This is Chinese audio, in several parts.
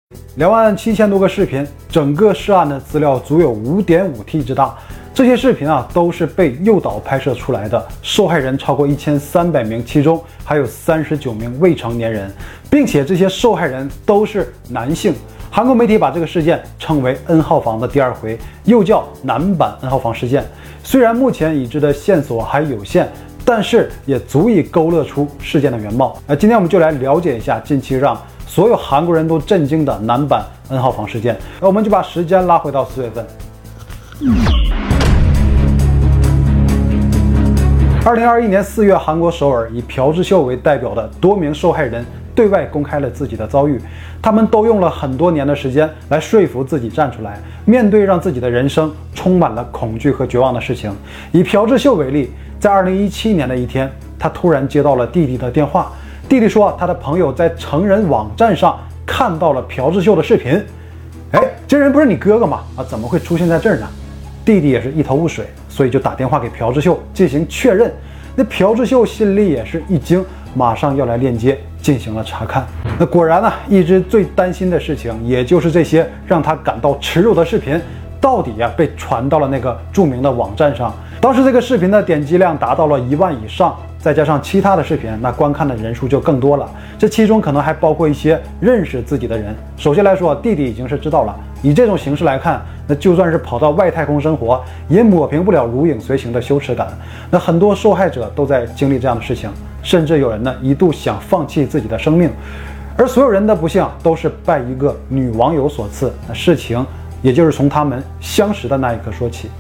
2万7000多个视频，整个涉案的资料足有5.5T 之大。这些视频都是被诱导拍摄出来的，受害人超过1300名，其中还有39名未成年人，并且这些受害人都是男性。韩国媒体把这个事件称为 N 号房的第2回，又叫男版 N 号房事件。虽然目前已知的线索还有限，但是也足以勾勒出事件的原貌。今天我们就来了解一下近期让所有韩国人都震惊的男版 N 号房事件。我们就把时间拉回到4月份。2021年4月，韩国首尔以朴智秀为代表的多名受害人对外公开了自己的遭遇，他们都用了很多年的时间来说服自己站出来，面对让自己的人生充满了恐惧和绝望的事情。以朴智秀为例，在2017年的一天，他突然接到了弟弟的电话，弟弟说他的朋友在成人网站上看到了朴智秀的视频。这人不是你哥哥吗？怎么会出现在这儿呢？弟弟也是一头雾水，所以就打电话给朴智秀进行确认。那朴智秀心里也是一惊，马上要来链接进行了查看。那果然一直最担心的事情，也就是这些让他感到耻辱的视频，到底被传到了那个著名的网站上。当时这个视频的点击量达到了1万以上，再加上其他的视频，那观看的人数就更多了。这其中可能还包括一些认识自己的人。首先来说，弟弟已经是知道了，以这种形式来看，那就算是跑到外太空生活，也抹平不了如影随形的羞耻感。那很多受害者都在经历这样的事情，甚至有人一度想放弃自己的生命。而所有人的不幸都是拜一个女网友所赐。那事情也就是从他们相识的那一刻说起。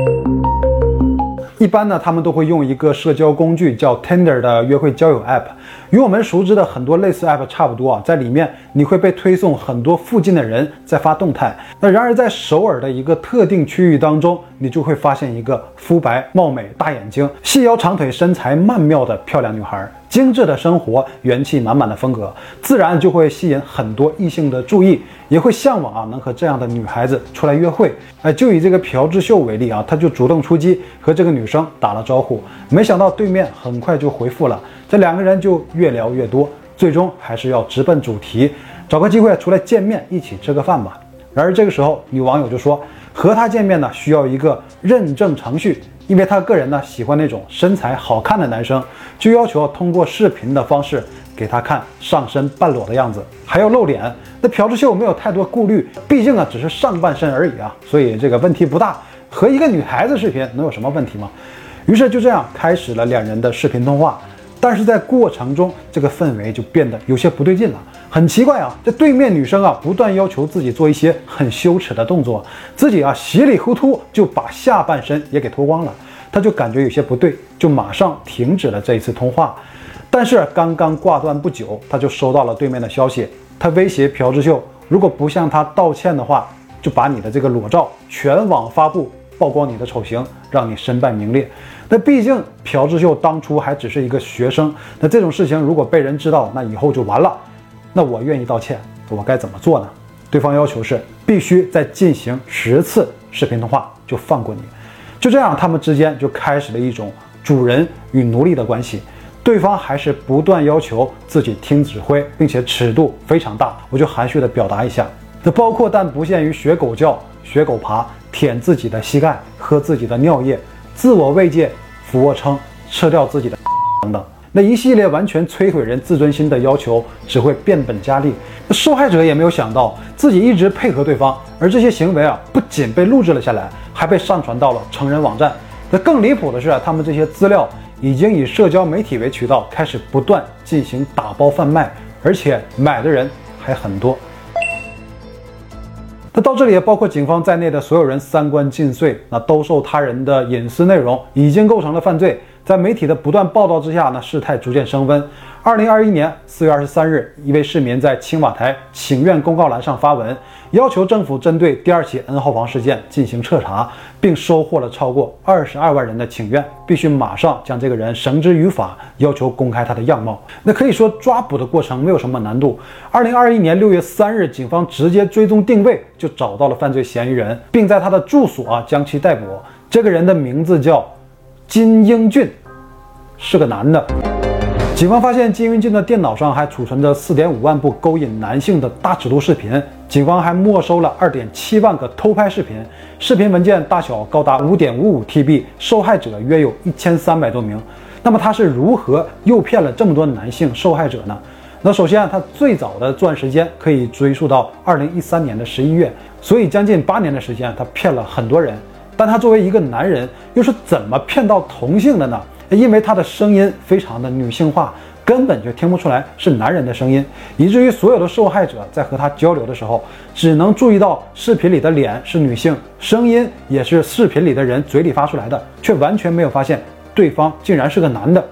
一般他们都会用一个社交工具叫 Tinder 的约会交友 App， 与我们熟知的很多类似 App 差不多在里面你会被推送很多附近的人在发动态。那然而在首尔的一个特定区域当中，你就会发现一个肤白貌美、大眼睛、细腰长腿、身材曼妙的漂亮女孩。精致的生活，元气满满的风格，自然就会吸引很多异性的注意，也会向往能和这样的女孩子出来约会。就以这个朴智秀为例他就主动出击，和这个女生打了招呼，没想到对面很快就回复了，这2个人就越聊越多，最终还是要直奔主题，找个机会出来见面，一起吃个饭吧。然而这个时候，女网友就说，和他见面需要一个认证程序，因为他个人喜欢那种身材好看的男生，就要求通过视频的方式给他看上身半裸的样子，还要露脸。那朴智秀没有太多顾虑，毕竟只是上半身而已所以这个问题不大，和一个女孩子视频能有什么问题吗？于是就这样开始了2人的视频通话。但是在过程中，这个氛围就变得有些不对劲了。很奇怪这对面女生不断要求自己做一些很羞耻的动作，自己稀里糊涂就把下半身也给脱光了。他就感觉有些不对，就马上停止了这一次通话。但是刚刚挂断不久，他就收到了对面的消息，他威胁朴智秀，如果不向他道歉的话，就把你的这个裸照全网发布，曝光你的丑行，让你身败名裂。那毕竟朴智秀当初还只是一个学生，那这种事情如果被人知道，那以后就完了。那我愿意道歉，我该怎么做呢？对方要求是必须再进行10次视频通话就放过你。就这样，他们之间就开始了一种主人与奴隶的关系。对方还是不断要求自己听指挥，并且尺度非常大，我就含蓄的表达一下。这包括但不限于学狗叫、学狗爬、舔自己的膝盖、喝自己的尿液、自我慰藉、俯卧撑、吃掉自己的等等。那一系列完全摧毁人自尊心的要求只会变本加厉。受害者也没有想到自己一直配合对方，而这些行为不仅被录制了下来，还被上传到了成人网站。那更离谱的是他们这些资料已经以社交媒体为渠道，开始不断进行打包贩卖，而且买的人还很多。那到这里也包括警方在内的所有人3观尽碎，那兜售他人的隐私内容已经构成了犯罪。在媒体的不断报道之下事态逐渐升温。2021年4月23日，一位市民在青瓦台请愿公告栏上发文，要求政府针对第2起 N 号房事件进行彻查，并收获了超过22万人的请愿，必须马上将这个人绳之于法，要求公开他的样貌。那可以说抓捕的过程没有什么难度。2021年6月3日，警方直接追踪定位就找到了犯罪嫌疑人，并在他的住所将其逮捕。这个人的名字叫金英俊，是个男的。 警方发现金英俊的电脑上还储存着4.5万部勾引男性的大尺度视频，警方还没收了2.7万个偷拍视频，视频文件大小高达5.55TB， 受害者约有1300多名。那么他是如何诱骗了这么多男性受害者呢？那首先，他最早的作案时间可以追溯到2013年的11月，所以将近8年的时间，他骗了很多人。但他作为一个男人，又是怎么骗到同性的呢？因为他的声音非常的女性化，根本就听不出来是男人的声音，以至于所有的受害者在和他交流的时候，只能注意到视频里的脸是女性，声音也是视频里的人嘴里发出来的，却完全没有发现对方竟然是个男的。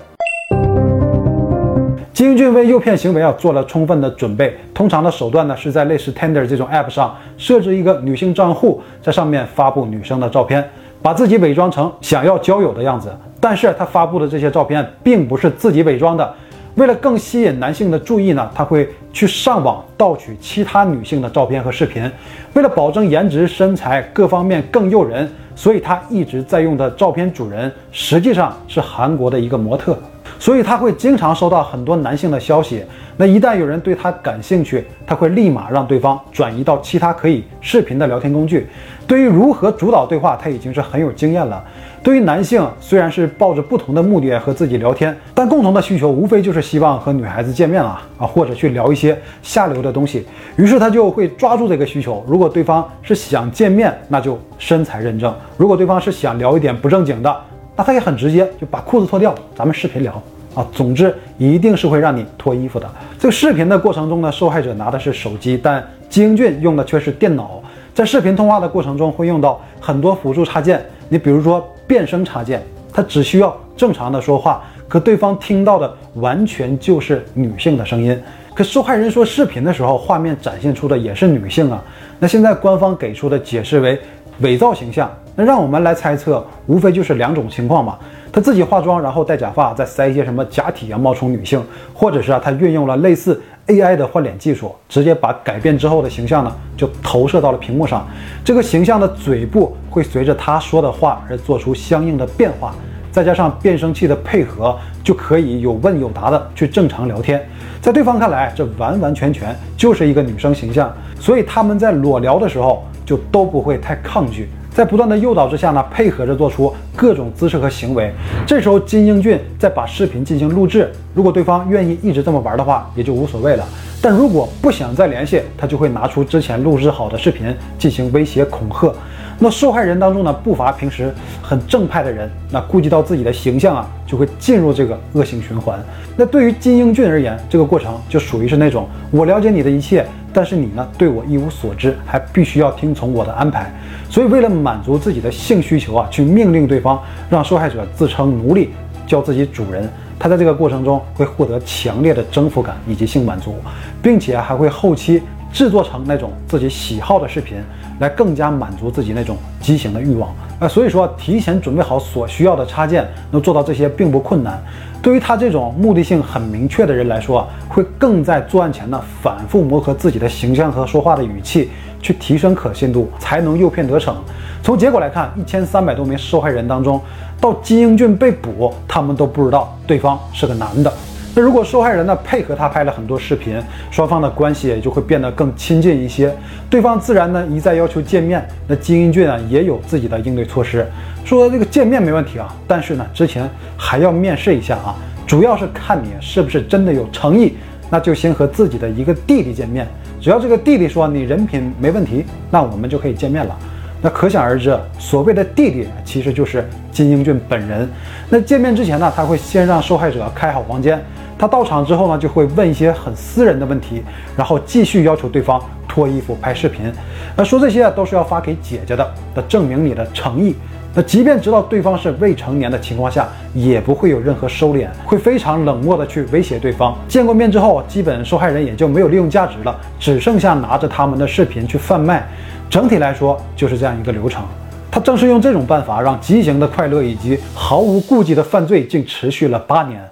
金英俊为诱骗行为做了充分的准备，通常的手段是在类似 Tinder 这种 app 上设置一个女性账户，在上面发布女生的照片，把自己伪装成想要交友的样子。但是他发布的这些照片并不是自己伪装的，为了更吸引男性的注意呢，他会去上网盗取其他女性的照片和视频。为了保证颜值、身材各方面更诱人，所以他一直在用的照片主人实际上是韩国的一个模特。所以他会经常收到很多男性的消息，那一旦有人对他感兴趣，他会立马让对方转移到其他可以视频的聊天工具。对于如何主导对话，他已经是很有经验了。对于男性，虽然是抱着不同的目的和自己聊天，但共同的需求无非就是希望和女孩子见面或者去聊一些下流的东西。于是他就会抓住这个需求，如果对方是想见面，那就身材认证；如果对方是想聊一点不正经的，那他也很直接，就把裤子脱掉，咱们视频聊总之一定是会让你脱衣服的。这个视频的过程中呢，受害者拿的是手机，但金英俊用的却是电脑。在视频通话的过程中，会用到很多辅助插件，你比如说变声插件，它只需要正常的说话，可对方听到的完全就是女性的声音。可受害人说视频的时候，画面展现出的也是女性那现在官方给出的解释为伪造形象。那让我们来猜测，无非就是2种情况嘛。他自己化妆，然后戴假发，再塞一些什么假体冒充女性，或者是他运用了类似 AI 的换脸技术，直接把改变之后的形象呢就投射到了屏幕上。这个形象的嘴部会随着他说的话而做出相应的变化，再加上变声器的配合，就可以有问有答的去正常聊天。在对方看来，这完完全全就是一个女生形象，所以他们在裸聊的时候就都不会太抗拒。在不断的诱导之下呢，配合着做出各种姿势和行为。这时候金英俊再把视频进行录制，如果对方愿意一直这么玩的话，也就无所谓了。但如果不想再联系，他就会拿出之前录制好的视频进行威胁恐吓。那受害人当中呢，不乏平时很正派的人，那顾及到自己的形象就会进入这个恶性循环。那对于金英俊而言，这个过程就属于是那种我了解你的一切，但是你呢对我一无所知，还必须要听从我的安排。所以为了满足自己的性需求去命令对方，让受害者自称奴隶，叫自己主人。他在这个过程中会获得强烈的征服感以及性满足，并且还会后期制作成那种自己喜好的视频，来更加满足自己那种畸形的欲望。所以说提前准备好所需要的插件，能做到这些并不困难。对于他这种目的性很明确的人来说会更在作案前呢反复磨合自己的形象和说话的语气，去提升可信度，才能诱骗得逞。从结果来看，1300多名受害人当中，到金英俊被捕，他们都不知道对方是个男的。那如果受害人呢配合他拍了很多视频，双方的关系也就会变得更亲近一些，对方自然呢一再要求见面。那金英俊也有自己的应对措施，说这个见面没问题但是呢之前还要面试一下主要是看你是不是真的有诚意。那就先和自己的一个弟弟见面，只要这个弟弟说你人品没问题，那我们就可以见面了。那可想而知，所谓的弟弟其实就是金英俊本人。那见面之前呢，他会先让受害者开好房间，他到场之后呢，就会问一些很私人的问题，然后继续要求对方脱衣服拍视频。说这些都是要发给姐姐的，证明你的诚意。那即便知道对方是未成年的情况下，也不会有任何收敛，会非常冷漠的去威胁对方。见过面之后，基本受害人也就没有利用价值了，只剩下拿着他们的视频去贩卖。整体来说就是这样一个流程。他正是用这种办法，让畸形的快乐以及毫无顾忌的犯罪竟持续了8年。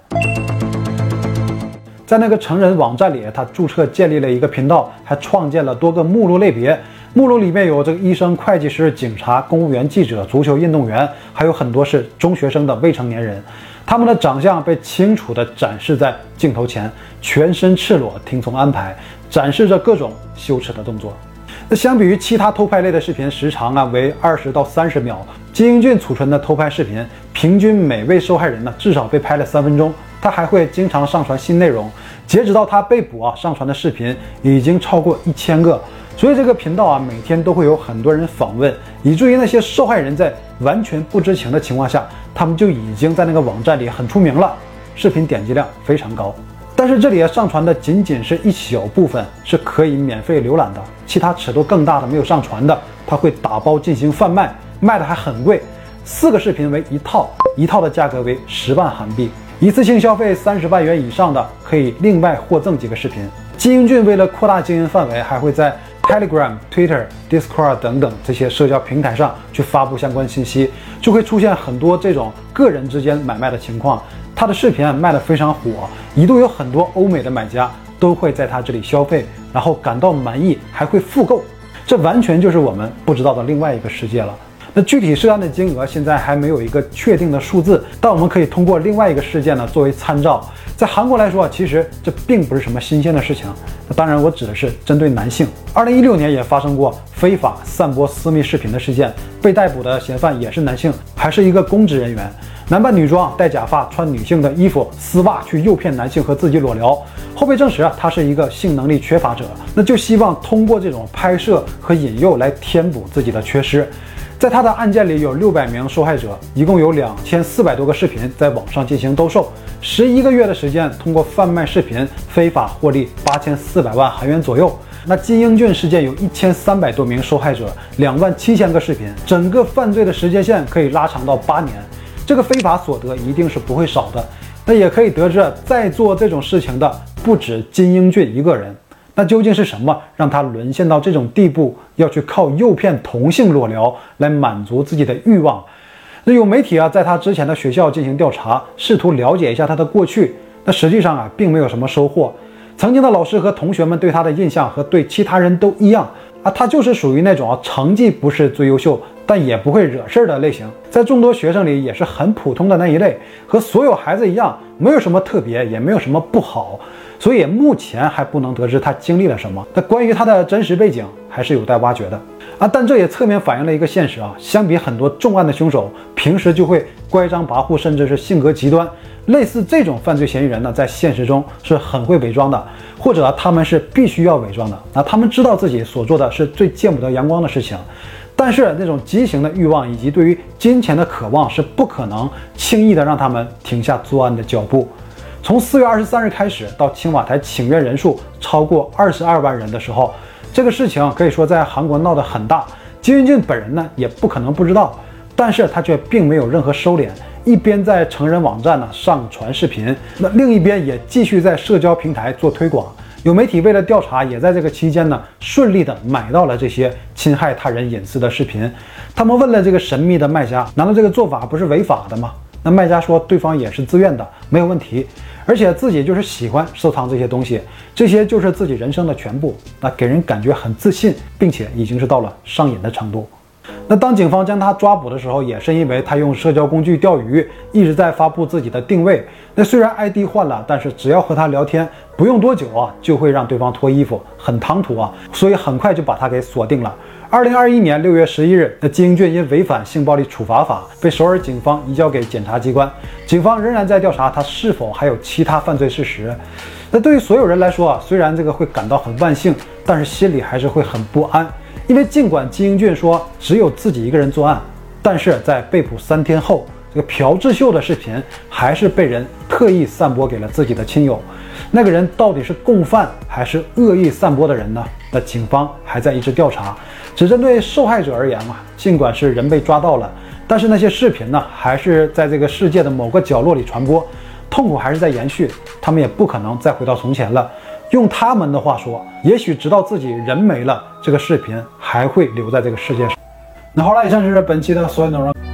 在那个成人网站里，他注册建立了一个频道，还创建了多个目录类别。目录里面有这个医生、会计师、警察、公务员、记者、足球运动员，还有很多是中学生的未成年人。 他们的长相被清楚地展示在镜头前，全身赤裸，听从安排，展示着各种羞耻的动作。那相比于其他偷拍类的视频，时长为20到30秒，金英俊储存的偷拍视频，平均每位受害人至少被拍了3分钟。他还会经常上传新内容，截止到他被捕上传的视频已经超过1000个。所以这个频道每天都会有很多人访问，以至于那些受害人在完全不知情的情况下，他们就已经在那个网站里很出名了，视频点击量非常高。但是这里上传的仅仅是一小部分是可以免费浏览的，其他尺度更大的没有上传的，他会打包进行贩卖，卖的还很贵，4个视频为1套，一套的价格为10万韩币，一次性消费30万元以上的可以另外获赠几个视频。金英俊为了扩大经营范围，还会在 Telegram、Twitter、Discord 等等这些社交平台上去发布相关信息，就会出现很多这种个人之间买卖的情况。他的视频卖得非常火，一度有很多欧美的买家都会在他这里消费，然后感到满意，还会复购。这完全就是我们不知道的另外一个世界了。那具体涉案的金额现在还没有一个确定的数字，但我们可以通过另外一个事件作为参照。在韩国来说，其实这并不是什么新鲜的事情。那当然，我指的是针对男性。2016年也发生过非法散播私密视频的事件，被逮捕的嫌犯也是男性，还是一个公职人员，男扮女装，戴假发，穿女性的衣服、丝袜去诱骗男性和自己裸聊。后被证实他是一个性能力缺乏者，那就希望通过这种拍摄和引诱来填补自己的缺失。在他的案件里有600名受害者，一共有2400多个视频在网上进行兜售，11个月的时间，通过贩卖视频非法获利8400万韩元左右。那金英俊事件有1300多名受害者，27000个视频，整个犯罪的时间线可以拉长到8年，这个非法所得一定是不会少的。那也可以得知，在做这种事情的不止金英俊一个人。那究竟是什么让他沦陷到这种地步，要去靠诱骗同性裸聊来满足自己的欲望？那有媒体在他之前的学校进行调查，试图了解一下他的过去。那实际上并没有什么收获。曾经的老师和同学们对他的印象和对其他人都一样他就是属于那种成绩不是最优秀，但也不会惹事的类型，在众多学生里也是很普通的那一类，和所有孩子一样，没有什么特别，也没有什么不好。所以目前还不能得知他经历了什么。那关于他的真实背景还是有待挖掘的但这也侧面反映了一个现实相比很多重案的凶手，平时就会乖张跋扈，甚至是性格极端，类似这种犯罪嫌疑人在现实中是很会伪装的，或者他们是必须要伪装的他们知道自己所做的是最见不得阳光的事情，但是那种畸形的欲望以及对于金钱的渴望是不可能轻易的让他们停下作案的脚步。从4月23日开始到青瓦台请愿人数超过22万人的时候，这个事情可以说在韩国闹得很大。金英俊本人也不可能不知道，但是他却并没有任何收敛，一边在成人网站上传视频，那另一边也继续在社交平台做推广。有媒体为了调查，也在这个期间顺利的买到了这些侵害他人隐私的视频。他们问了这个神秘的卖家，难道这个做法不是违法的吗？那卖家说对方也是自愿的，没有问题，而且自己就是喜欢收藏这些东西，这些就是自己人生的全部，那给人感觉很自信，并且已经是到了上瘾的程度。那当警方将他抓捕的时候，也是因为他用社交工具钓鱼，一直在发布自己的定位。那虽然 ID 换了，但是只要和他聊天，不用多久就会让对方脱衣服，很唐突所以很快就把他给锁定了。2021年6月11日，那金英俊因违反性暴力处罚法被首尔警方移交给检察机关，警方仍然在调查他是否还有其他犯罪事实。那对于所有人来说虽然这个会感到很万幸，但是心里还是会很不安。因为尽管金英俊说只有自己一个人作案，但是在被捕3天后，这个朴智秀的视频还是被人特意散播给了自己的亲友。那个人到底是共犯还是恶意散播的人呢？那警方还在一直调查。只针对受害者而言尽管是人被抓到了，但是那些视频还是在这个世界的某个角落里传播，痛苦还是在延续，他们也不可能再回到从前了。用他们的话说，也许直到自己人没了，这个视频还会留在这个世界上。那好了，以上就是本期的所有内容。